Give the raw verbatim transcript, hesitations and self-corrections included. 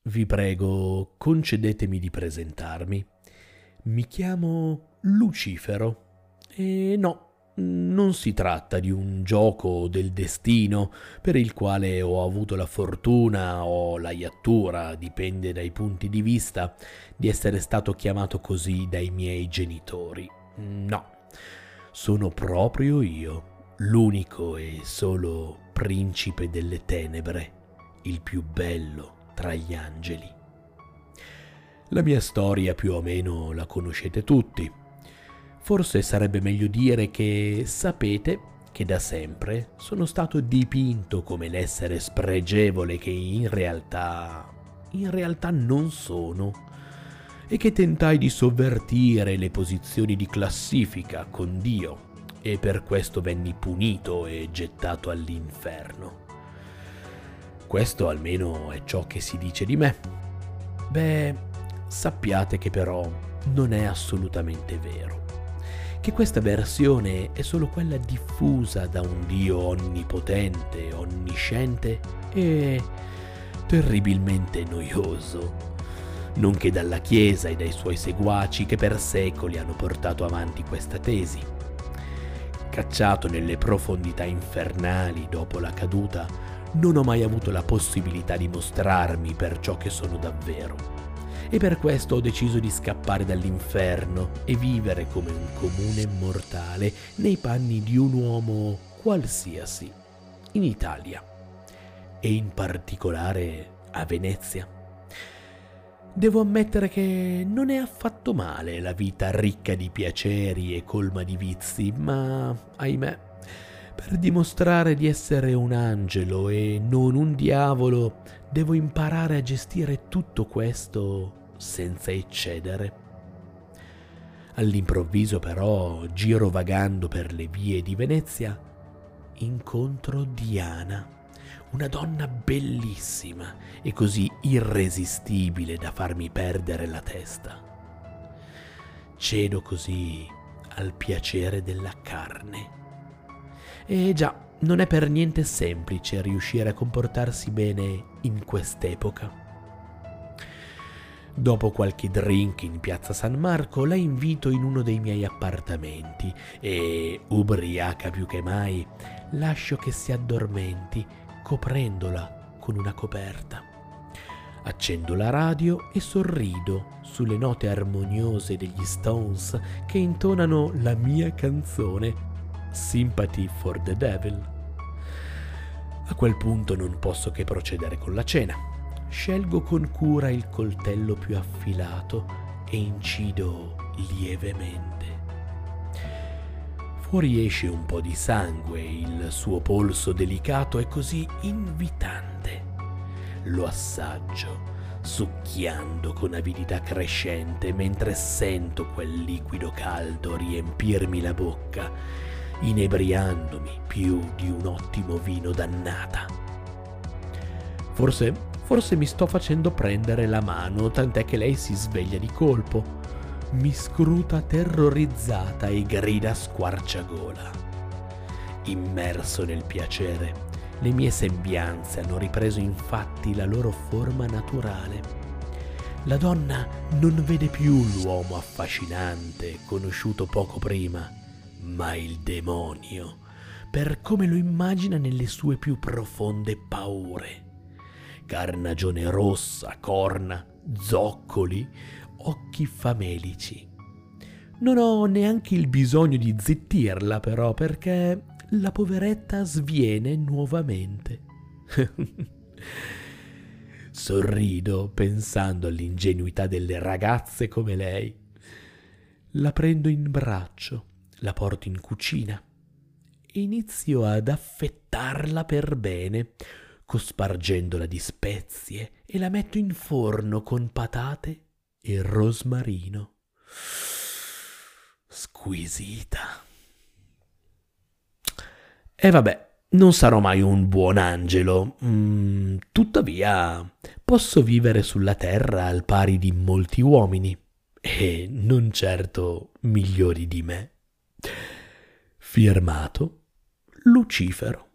Vi prego, concedetemi di presentarmi. Mi chiamo Lucifero e no, non si tratta di un gioco del destino per il quale ho avuto la fortuna o la iattura, dipende dai punti di vista, di essere stato chiamato così dai miei genitori. No, sono proprio io, l'unico e solo principe delle tenebre, il più bello tra gli angeli. La mia storia più o meno la conoscete tutti. Forse sarebbe meglio dire che sapete che da sempre sono stato dipinto come l'essere spregevole che in realtà, in realtà non sono, e che tentai di sovvertire le posizioni di classifica con Dio, e per questo venni punito e gettato all'inferno. Questo almeno è ciò che si dice di me. Beh, sappiate che però non è assolutamente vero, che questa versione è solo quella diffusa da un Dio onnipotente, onnisciente e terribilmente noioso, nonché dalla Chiesa e dai suoi seguaci che per secoli hanno portato avanti questa tesi. Cacciato nelle profondità infernali dopo la caduta, non ho mai avuto la possibilità di mostrarmi per ciò che sono davvero. E per questo ho deciso di scappare dall'inferno e vivere come un comune mortale nei panni di un uomo qualsiasi, in Italia, e in particolare a Venezia. Devo ammettere che non è affatto male la vita ricca di piaceri e colma di vizi, ma, ahimè, per dimostrare di essere un angelo e non un diavolo, devo imparare a gestire tutto questo senza eccedere. All'improvviso però, girovagando per le vie di Venezia, incontro Diana, una donna bellissima e così irresistibile da farmi perdere la testa. Cedo così al piacere della carne. E già, non è per niente semplice riuscire a comportarsi bene in quest'epoca. Dopo qualche drink in piazza San Marco, la invito in uno dei miei appartamenti e, ubriaca più che mai, lascio che si addormenti coprendola con una coperta. Accendo la radio e sorrido sulle note armoniose degli Stones che intonano la mia canzone Sympathy for the Devil. A quel punto non posso che procedere con la cena. Scelgo con cura il coltello più affilato e incido lievemente. Fuori esce un po' di sangue, il suo polso delicato è così invitante. Lo assaggio, succhiando con avidità crescente mentre sento quel liquido caldo riempirmi la bocca, inebriandomi più di un ottimo vino d'annata. Forse, forse mi sto facendo prendere la mano, tant'è che lei si sveglia di colpo, mi scruta terrorizzata e grida a squarciagola. Immerso nel piacere, le mie sembianze hanno ripreso infatti la loro forma naturale. La donna non vede più l'uomo affascinante, conosciuto poco prima, ma il demonio, per come lo immagina nelle sue più profonde paure. Carnagione rossa, corna, zoccoli, occhi famelici. Non ho neanche il bisogno di zittirla però, perché la poveretta sviene nuovamente. Sorrido pensando all'ingenuità delle ragazze come lei. La prendo in braccio, la porto in cucina e inizio ad affettarla per bene, cospargendola di spezie, e la metto in forno con patate e rosmarino. Squisita. E vabbè, non sarò mai un buon angelo, mm, tuttavia posso vivere sulla terra al pari di molti uomini, e non certo migliori di me. Firmato Lucifero.